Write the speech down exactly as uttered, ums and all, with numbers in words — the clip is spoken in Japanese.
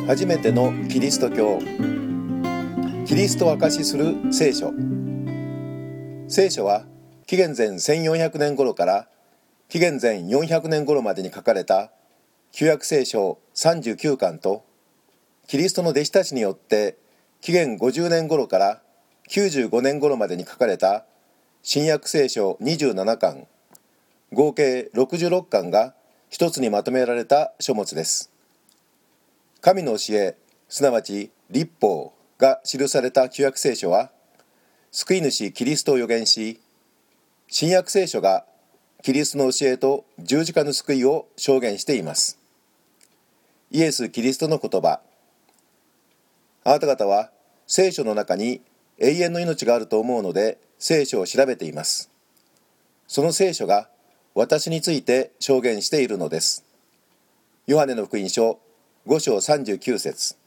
初めてのキリスト教。キリストを証しする聖書。聖書は紀元前せんよんひゃくねん頃から紀元前よんひゃくねん頃までに書かれた旧約聖書さんじゅうきゅうかんと、キリストの弟子たちによって紀元ごじゅうねん頃からきゅうじゅうごねん頃までに書かれた新約聖書にじゅうななかん、合計ろくじゅうろっかんが一つにまとめられた書物です。神の教え、すなわち律法が記された旧約聖書は、救い主キリストを予言し、新約聖書がキリストの教えと十字架の救いを証言しています。イエス・キリストの言葉。あなた方は聖書の中に永遠の命があると思うので聖書を調べています。その聖書が私について証言しているのです。ヨハネの福音書ご章さんじゅうきゅう節。